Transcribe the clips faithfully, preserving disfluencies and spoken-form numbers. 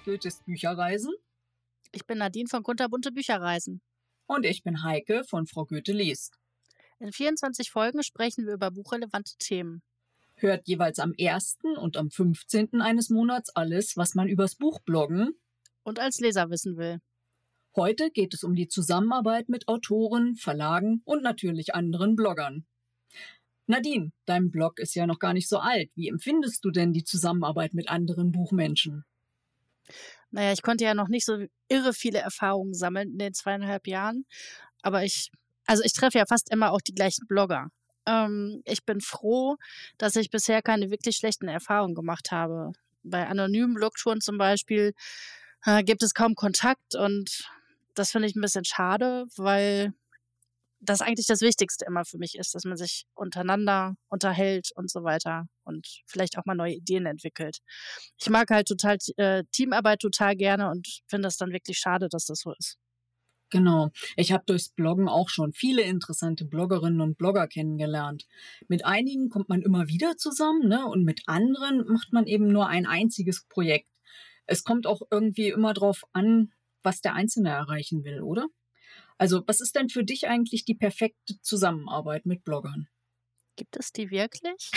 Goethes Bücherreisen. Ich bin Nadine von Kunterbunte Bücherreisen. Und ich bin Heike von Frau Goethe liest. In vierundzwanzig Folgen sprechen wir über buchrelevante Themen. Hört jeweils am ersten und am fünfzehnten eines Monats alles, was man übers Buch bloggen und als Leser wissen will. Heute geht es um die Zusammenarbeit mit Autoren, Verlagen und natürlich anderen Bloggern. Nadine, dein Blog ist ja noch gar nicht so alt. Wie empfindest du denn die Zusammenarbeit mit anderen Buchmenschen? Naja, ich konnte ja noch nicht so irre viele Erfahrungen sammeln in den zweieinhalb Jahren. Aber ich, also ich treffe ja fast immer auch die gleichen Blogger. Ähm, ich bin froh, dass ich bisher keine wirklich schlechten Erfahrungen gemacht habe. Bei anonymen Blogtouren zum Beispiel äh, gibt es kaum Kontakt und das finde ich ein bisschen schade, weil das eigentlich das Wichtigste immer für mich ist, dass man sich untereinander unterhält und so weiter und vielleicht auch mal neue Ideen entwickelt. Ich mag halt total äh, Teamarbeit total gerne und finde es dann wirklich schade, dass das so ist. Genau. Ich habe durchs Bloggen auch schon viele interessante Bloggerinnen und Blogger kennengelernt. Mit einigen kommt man immer wieder zusammen, ne? Und mit anderen macht man eben nur ein einziges Projekt. Es kommt auch irgendwie immer drauf an, was der Einzelne erreichen will, oder? Also, was ist denn für dich eigentlich die perfekte Zusammenarbeit mit Bloggern? Gibt es die wirklich?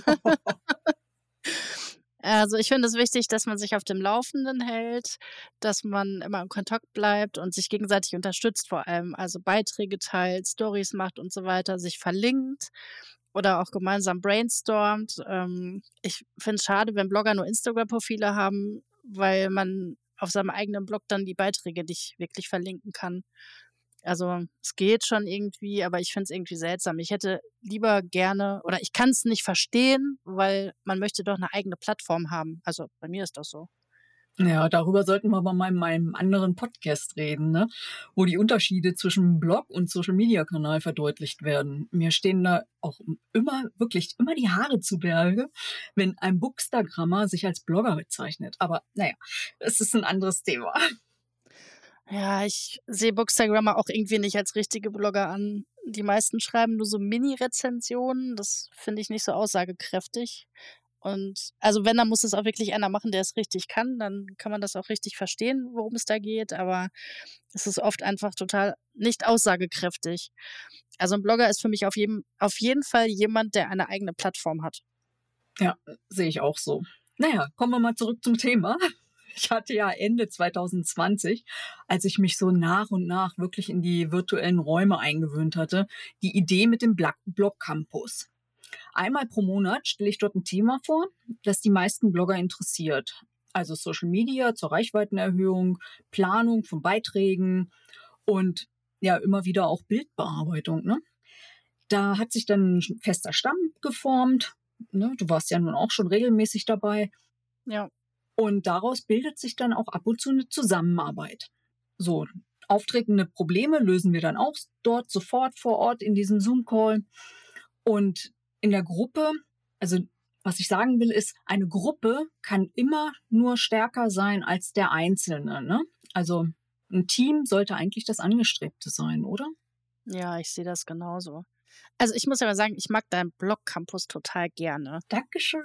Also ich finde es wichtig, dass man sich auf dem Laufenden hält, dass man immer in Kontakt bleibt und sich gegenseitig unterstützt vor allem. Also Beiträge teilt, Stories macht und so weiter, sich verlinkt oder auch gemeinsam brainstormt. Ich finde es schade, wenn Blogger nur Instagram-Profile haben, weil man auf seinem eigenen Blog dann die Beiträge nicht wirklich verlinken kann. Also es geht schon irgendwie, aber ich finde es irgendwie seltsam. Ich hätte lieber gerne, oder ich kann es nicht verstehen, weil man möchte doch eine eigene Plattform haben. Also bei mir ist das so. Ja, darüber sollten wir aber mal in meinem anderen Podcast reden, ne? Wo die Unterschiede zwischen Blog und Social-Media-Kanal verdeutlicht werden. Mir stehen da auch immer, wirklich immer die Haare zu Berge, wenn ein Bookstagrammer sich als Blogger bezeichnet. Aber naja, es ist ein anderes Thema. Ja, ich sehe Bookstagrammer auch irgendwie nicht als richtige Blogger an. Die meisten schreiben nur so Mini-Rezensionen. Das finde ich nicht so aussagekräftig. Und also wenn, dann muss es auch wirklich einer machen, der es richtig kann. Dann kann man das auch richtig verstehen, worum es da geht. Aber es ist oft einfach total nicht aussagekräftig. Also ein Blogger ist für mich auf jeden, auf jeden Fall jemand, der eine eigene Plattform hat. Ja, sehe ich auch so. Naja, kommen wir mal zurück zum Thema. Ich hatte ja Ende zwanzig zwanzig, als ich mich so nach und nach wirklich in die virtuellen Räume eingewöhnt hatte, die Idee mit dem Blog Campus. Einmal pro Monat stelle ich dort ein Thema vor, das die meisten Blogger interessiert. Also Social Media zur Reichweitenerhöhung, Planung von Beiträgen und ja immer wieder auch Bildbearbeitung, ne? Da hat sich dann ein fester Stamm geformt. Ne? Du warst ja nun auch schon regelmäßig dabei. Ja. Und daraus bildet sich dann auch ab und zu eine Zusammenarbeit. So, auftretende Probleme lösen wir dann auch dort sofort vor Ort in diesem Zoom-Call. Und in der Gruppe, also was ich sagen will, ist, eine Gruppe kann immer nur stärker sein als der Einzelne, ne? Also ein Team sollte eigentlich das Angestrebte sein, oder? Ja, ich sehe das genauso. Also ich muss ja mal sagen, ich mag deinen Blog Campus total gerne. Dankeschön.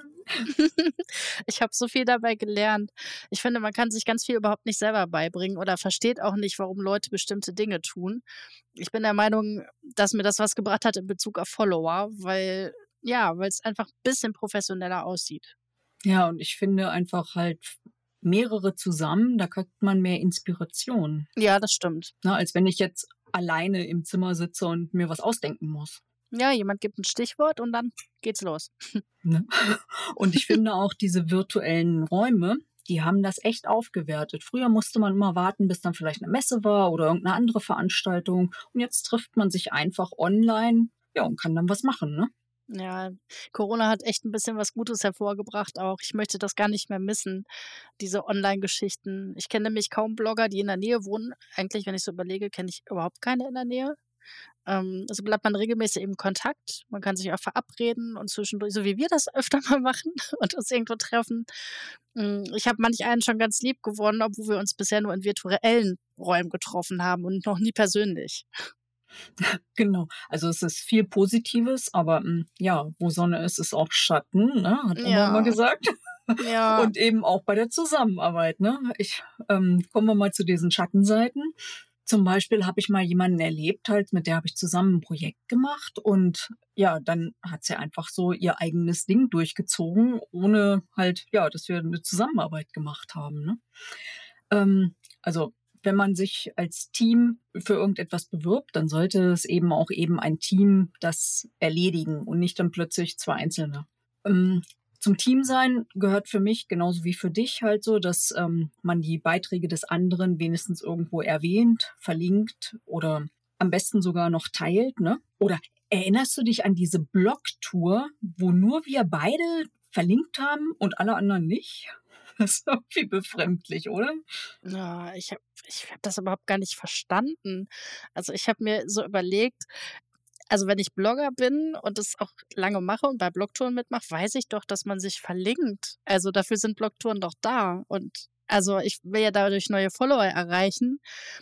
Ich habe so viel dabei gelernt. Ich finde, man kann sich ganz viel überhaupt nicht selber beibringen oder versteht auch nicht, warum Leute bestimmte Dinge tun. Ich bin der Meinung, dass mir das was gebracht hat in Bezug auf Follower, weil ja, weil es einfach ein bisschen professioneller aussieht. Ja, und ich finde einfach halt mehrere zusammen, da kriegt man mehr Inspiration. Ja, das stimmt. Na, als wenn ich jetzt alleine im Zimmer sitze und mir was ausdenken muss. Ja, jemand gibt ein Stichwort und dann geht's los. Ne? Und ich finde auch diese virtuellen Räume, die haben das echt aufgewertet. Früher musste man immer warten, bis dann vielleicht eine Messe war oder irgendeine andere Veranstaltung. Und jetzt trifft man sich einfach online, ja, und kann dann was machen, ne? Ja, Corona hat echt ein bisschen was Gutes hervorgebracht auch. Ich möchte das gar nicht mehr missen, diese Online-Geschichten. Ich kenne nämlich kaum Blogger, die in der Nähe wohnen. Eigentlich, wenn ich so überlege, kenne ich überhaupt keine in der Nähe. Ähm, also bleibt man regelmäßig im Kontakt. Man kann sich auch verabreden und zwischendurch, so wie wir das öfter mal machen und uns irgendwo treffen. Ich habe manch einen schon ganz lieb gewonnen, obwohl wir uns bisher nur in virtuellen Räumen getroffen haben und noch nie persönlich. Genau, also es ist viel Positives, aber ja, wo Sonne ist, ist auch Schatten, ne? Hat Oma Ja. immer gesagt. Ja. Und eben auch bei der Zusammenarbeit, ne? Ich ähm, kommen wir mal zu diesen Schattenseiten. Zum Beispiel habe ich mal jemanden erlebt, halt, mit der habe ich zusammen ein Projekt gemacht und ja, dann hat sie einfach so ihr eigenes Ding durchgezogen, ohne halt, ja, dass wir eine Zusammenarbeit gemacht haben, ne? Ähm, also, wenn man sich als Team für irgendetwas bewirbt, dann sollte es eben auch eben ein Team das erledigen und nicht dann plötzlich zwei Einzelne. Ähm, zum Teamsein gehört für mich genauso wie für dich halt so, dass ähm, man die Beiträge des anderen wenigstens irgendwo erwähnt, verlinkt oder am besten sogar noch teilt, ne? Oder erinnerst du dich an diese Blogtour, wo nur wir beide verlinkt haben und alle anderen nicht? Das ist irgendwie befremdlich, oder? Ja, ich habe ich habe das überhaupt gar nicht verstanden. Also, ich habe mir so überlegt, also, wenn ich Blogger bin und das auch lange mache und bei Blogtouren mitmache, weiß ich doch, dass man sich verlinkt. Also, dafür sind Blogtouren doch da. Und also, ich will ja dadurch neue Follower erreichen.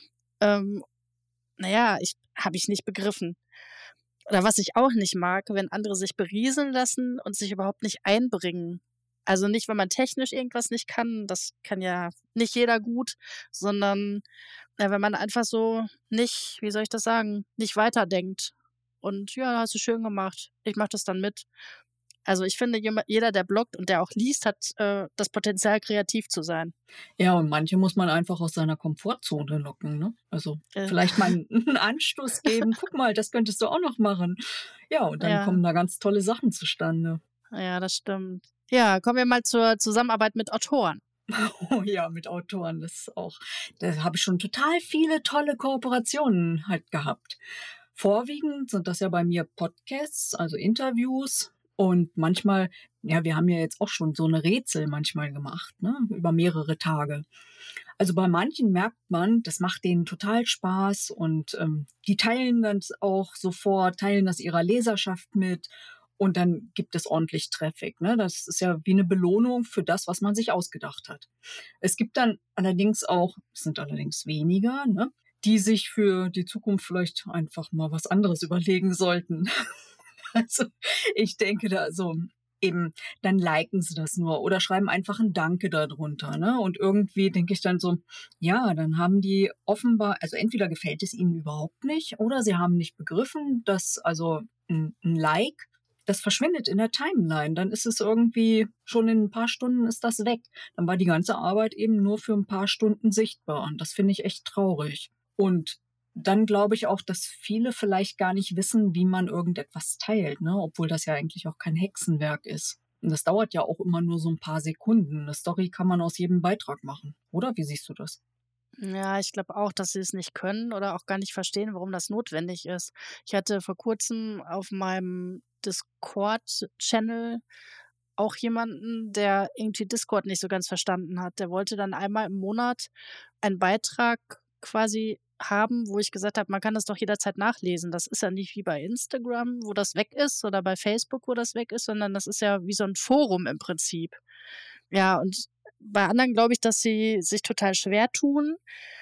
Ähm, na ja, ich habe ich nicht begriffen. Oder was ich auch nicht mag, wenn andere sich berieseln lassen und sich überhaupt nicht einbringen. Also nicht, wenn man technisch irgendwas nicht kann, das kann ja nicht jeder gut, sondern, ja, wenn man einfach so nicht, wie soll ich das sagen, nicht weiterdenkt. Und ja, hast du schön gemacht. Ich mache das dann mit. Also ich finde, jema- jeder, der bloggt und der auch liest, hat äh, das Potenzial, kreativ zu sein. Ja, und manche muss man einfach aus seiner Komfortzone locken, ne? Also, Äh, vielleicht mal 'n 'n Anstoß geben: „Guck mal, das könntest du auch noch machen.“ Ja, und dann ja, kommen da ganz tolle Sachen zustande. ja, das stimmt. Ja, kommen wir mal zur Zusammenarbeit mit Autoren. Oh ja, mit Autoren, das ist auch da habe ich schon total viele tolle Kooperationen halt gehabt. Vorwiegend sind das ja bei mir Podcasts, also Interviews und manchmal ja, wir haben ja jetzt auch schon so 'ne Rätsel manchmal gemacht, ne, über mehrere Tage. Also, bei manchen merkt man, das macht denen total Spaß und, ähm, die teilen das auch sofort, teilen das ihrer Leserschaft mit und dann gibt es ordentlich Traffic, ne? Das ist ja wie 'ne Belohnung für das, was man sich ausgedacht hat. Es gibt dann allerdings auch es sind allerdings weniger, ne, die sich für die Zukunft vielleicht einfach mal was anderes überlegen sollten. Also, ich denke da so eben, dann liken sie das nur oder schreiben einfach ein Danke da drunter, ne? Und irgendwie denke ich dann so, ja, dann haben die offenbar also, entweder gefällt es ihnen überhaupt nicht oder sie haben nicht begriffen, dass also ein 'n Like, das verschwindet in der Timeline. Dann ist es irgendwie schon in ein paar Stunden ist das weg. Dann war die ganze Arbeit eben nur für ein paar Stunden sichtbar und das finde ich echt traurig. Und dann glaube ich auch, dass viele vielleicht gar nicht wissen, wie man irgendetwas teilt, ne? Obwohl das ja eigentlich auch kein Hexenwerk ist. Und das dauert ja auch immer nur so ein paar Sekunden. 'Ne Story kann man aus jedem Beitrag machen, oder? Wie siehst du das? Ja, ich glaube auch, dass sie es nicht können oder auch gar nicht verstehen, warum das notwendig ist. Ich hatte vor Kurzem auf meinem Discord-Channel auch jemanden, der irgendwie Discord nicht so ganz verstanden hat. Der wollte dann einmal im Monat einen Beitrag quasi haben, wo ich gesagt habe, man kann das doch jederzeit nachlesen. Das ist ja nicht wie bei Instagram, wo das weg ist, oder bei Facebook, wo das weg ist, sondern das ist ja wie so ein Forum im Prinzip. Ja, und bei anderen glaube ich, dass sie sich total schwer tun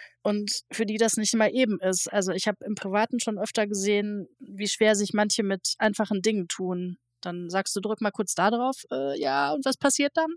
und für die das nicht immer eben ist. Also, ich habe im Privaten schon öfter gesehen, wie schwer sich manche mit einfachen Dingen tun. Dann sagst du: „Drück mal kurz da drauf.“ Äh, ja, und was passiert dann?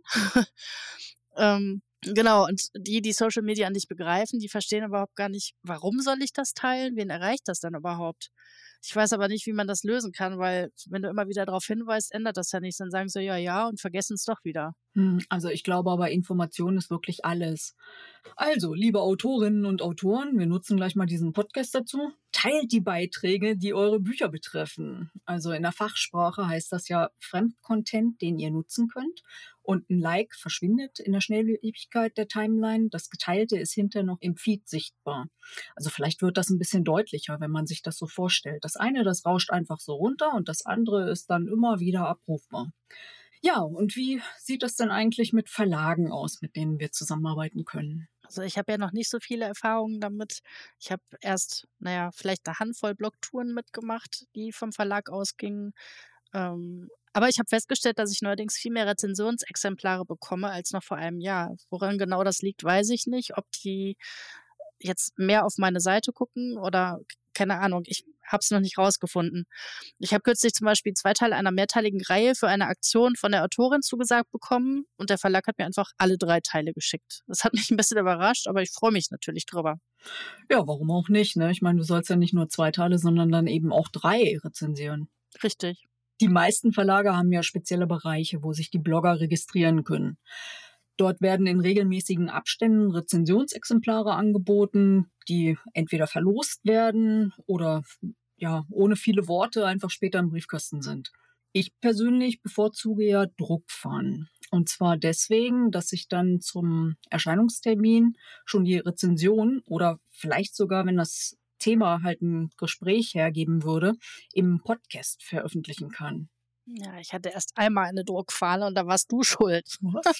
Ähm, genau, und die, die Social Media nicht begreifen, die verstehen überhaupt gar nicht: „Warum soll ich das teilen? Wen erreicht das dann überhaupt?“ Ich weiß aber nicht, wie man das lösen kann, weil wenn du immer wieder darauf hinweist, ändert das ja nichts. Dann sagen sie: „Ja, ja“ und vergessen es doch wieder. Hm, also, ich glaube aber, Information ist wirklich alles. Also, liebe Autorinnen und Autoren, wir nutzen gleich mal diesen Podcast dazu. Teilt die Beiträge, die eure Bücher betreffen. Also in der Fachsprache heißt das ja Fremdcontent, den ihr nutzen könnt. Und ein Like verschwindet in der Schnelllebigkeit der Timeline. Das Geteilte ist hinterher noch im Feed sichtbar. Also vielleicht wird das ein bisschen deutlicher, wenn man sich das so vorstellt. Das eine, das rauscht einfach so runter und das andere ist dann immer wieder abrufbar. Ja, und wie sieht das denn eigentlich mit Verlagen aus, mit denen wir zusammenarbeiten können? Also, ich habe ja noch nicht so viele Erfahrungen damit. Ich habe erst, naja, vielleicht eine Handvoll Blogtouren mitgemacht, die vom Verlag ausgingen. Ähm, aber ich habe festgestellt, dass ich neuerdings viel mehr Rezensionsexemplare bekomme als noch vor einem Jahr. Woran genau das liegt, weiß ich nicht. Ob die jetzt mehr auf meine Seite gucken oder keine Ahnung. Ich habe es noch nicht rausgefunden. Ich habe kürzlich zum Beispiel zwei Teile einer mehrteiligen Reihe für eine Aktion von der Autorin zugesagt bekommen und der Verlag hat mir einfach alle drei Teile geschickt. Das hat mich ein bisschen überrascht, aber ich freue mich natürlich drüber. Ja, warum auch nicht, ne? Ich meine, du sollst ja nicht nur zwei Teile, sondern dann eben auch drei rezensieren. Richtig. Die meisten Verlage haben ja spezielle Bereiche, wo sich die Blogger registrieren können. Dort werden in regelmäßigen Abständen Rezensionsexemplare angeboten, die entweder verlost werden oder ja, ohne viele Worte einfach später im Briefkasten sind. Ich persönlich bevorzuge ja Druckfahnen. Und zwar deswegen, dass ich dann zum Erscheinungstermin schon die Rezension oder vielleicht sogar, wenn das Thema halt ein Gespräch hergeben würde, im Podcast veröffentlichen kann. Ja, ich hatte erst einmal eine Druckfahne und da warst du schuld. Was?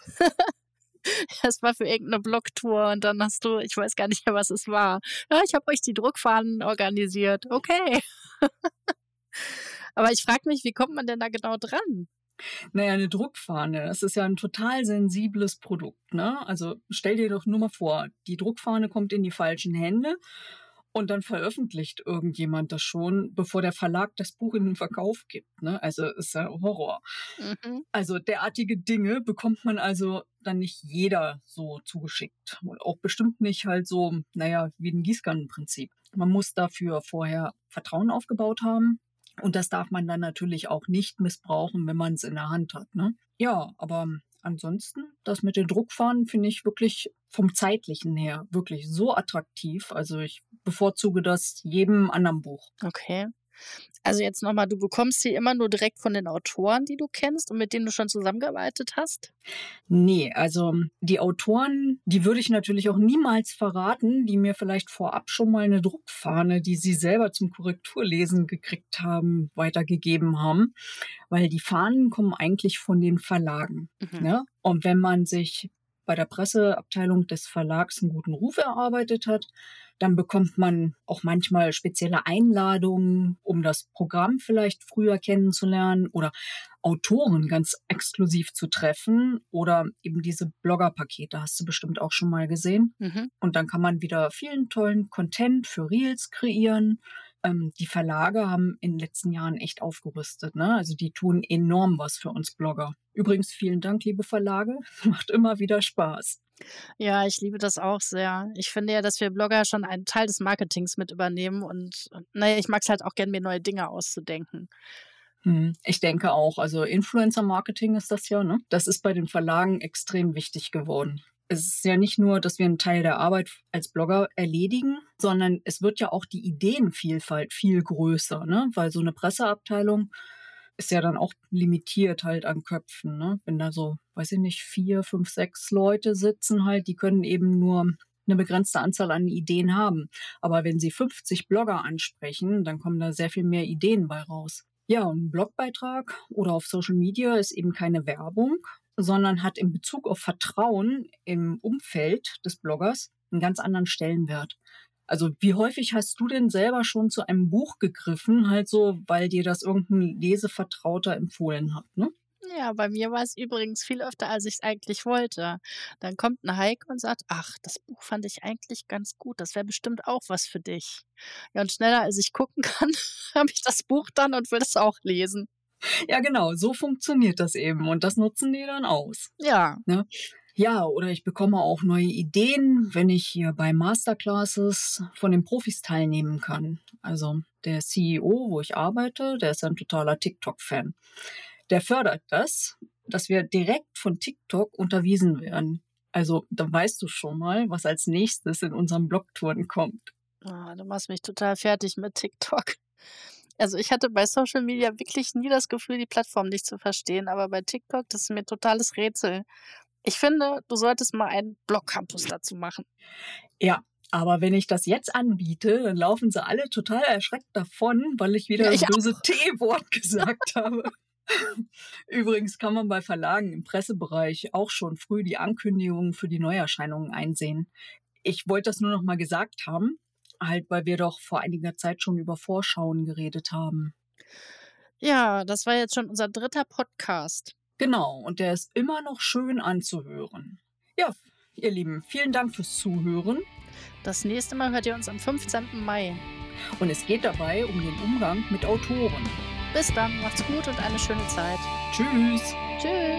Das war für irgendeine Blogtour und dann hast du, ich weiß gar nicht mehr, was es war. Ja, ich habe euch die Druckfahnen organisiert. Okay. Aber ich frage mich, wie kommt man denn da genau dran? Naja, eine Druckfahne, das ist ja ein total sensibles Produkt, ne? Also stell dir doch nur mal vor, die Druckfahne kommt in die falschen Hände und dann veröffentlicht irgendjemand das schon, bevor der Verlag das Buch in den Verkauf gibt, ne? Also ist ja Horror. Mhm. Also derartige Dinge bekommt man also dann nicht jeder so zugeschickt. Und auch bestimmt nicht halt so, naja, wie ein Gießkannenprinzip. Man muss dafür vorher Vertrauen aufgebaut haben. Und das darf man dann natürlich auch nicht missbrauchen, wenn man es in der Hand hat, ne? Ja, aber ansonsten, das mit den Druckfahnen finde ich wirklich vom Zeitlichen her wirklich so attraktiv. Also ich bevorzuge das jedem anderen Buch. Okay. Also jetzt nochmal, du bekommst sie immer nur direkt von den Autoren, die du kennst und mit denen du schon zusammengearbeitet hast? Nee, also die Autoren, die würde ich natürlich auch niemals verraten, die mir vielleicht vorab schon mal eine Druckfahne, die sie selber zum Korrekturlesen gekriegt haben, weitergegeben haben, weil die Fahnen kommen eigentlich von den Verlagen. Mhm. Ne? Und wenn man sich bei der Presseabteilung des Verlags einen guten Ruf erarbeitet hat, dann bekommt man auch manchmal spezielle Einladungen, um das Programm vielleicht früher kennenzulernen oder Autoren ganz exklusiv zu treffen oder eben diese Blogger-Pakete, hast du bestimmt auch schon mal gesehen. Mhm. Und dann kann man wieder vielen tollen Content für Reels kreieren. Ähm, die Verlage haben in den letzten Jahren echt aufgerüstet, ne? Also die tun enorm was für uns Blogger. Übrigens vielen Dank, liebe Verlage. Macht immer wieder Spaß. Ja, ich liebe das auch sehr. Ich finde ja, dass wir Blogger schon einen Teil des Marketings mit übernehmen und, und naja, ich mag es halt auch gern, mir neue Dinge auszudenken. Hm, Ich denke auch, also Influencer-Marketing ist das ja, ne? Das ist bei den Verlagen extrem wichtig geworden. Es ist ja nicht nur, dass wir einen Teil der Arbeit als Blogger erledigen, sondern es wird ja auch die Ideenvielfalt viel größer, ne? Weil so eine Presseabteilung ist ja dann auch limitiert halt an Köpfen, ne? Wenn da so, weiß ich nicht, vier, fünf, sechs Leute sitzen halt, die können eben nur eine begrenzte Anzahl an Ideen haben. Aber wenn sie fünfzig Blogger ansprechen, dann kommen da sehr viel mehr Ideen bei raus. Ja, und ein Blogbeitrag oder auf Social Media ist eben keine Werbung, sondern hat in Bezug auf Vertrauen im Umfeld des Bloggers einen ganz anderen Stellenwert. Also wie häufig hast du denn selber schon zu einem Buch gegriffen, halt so, weil dir das irgendein Lesevertrauter empfohlen hat, ne? Ja, bei mir war es übrigens viel öfter, als ich es eigentlich wollte. Dann kommt eine Heike und sagt, ach, das Buch fand ich eigentlich ganz gut. Das wäre bestimmt auch was für dich. Ja, und schneller als ich gucken kann, habe ich das Buch dann und will es auch lesen. Ja, genau, so funktioniert das eben und das nutzen die dann aus. Ja. Ne? Ja, oder ich bekomme auch neue Ideen, wenn ich hier bei Masterclasses von den Profis teilnehmen kann. Also der C E O, wo ich arbeite, der ist ein totaler TikTok-Fan. Der fördert das, dass wir direkt von TikTok unterwiesen werden. Also dann weißt du schon mal, was als nächstes in unseren Blogtouren kommt. Ah, du machst mich total fertig mit TikTok. Also ich hatte bei Social Media wirklich nie das Gefühl, die Plattform nicht zu verstehen, aber bei TikTok, das ist mir totales Rätsel. Ich finde, du solltest mal einen Blog-Campus dazu machen. Ja, aber wenn ich das jetzt anbiete, dann laufen sie alle total erschreckt davon, weil ich wieder Ja, das ich böse T-Wort gesagt habe. Übrigens kann man bei Verlagen im Pressebereich auch schon früh die Ankündigungen für die Neuerscheinungen einsehen. Ich wollte das nur noch mal gesagt haben, halt weil wir doch vor einiger Zeit schon über Vorschauen geredet haben. Ja, das war jetzt schon unser dritter Podcast. Genau, und der ist immer noch schön anzuhören. Ja, ihr Lieben, vielen Dank fürs Zuhören. Das nächste Mal hört ihr uns am fünfzehnten Mai. Und es geht dabei um den Umgang mit Autoren. Bis dann, macht's gut und eine schöne Zeit. Tschüss! Tschüss!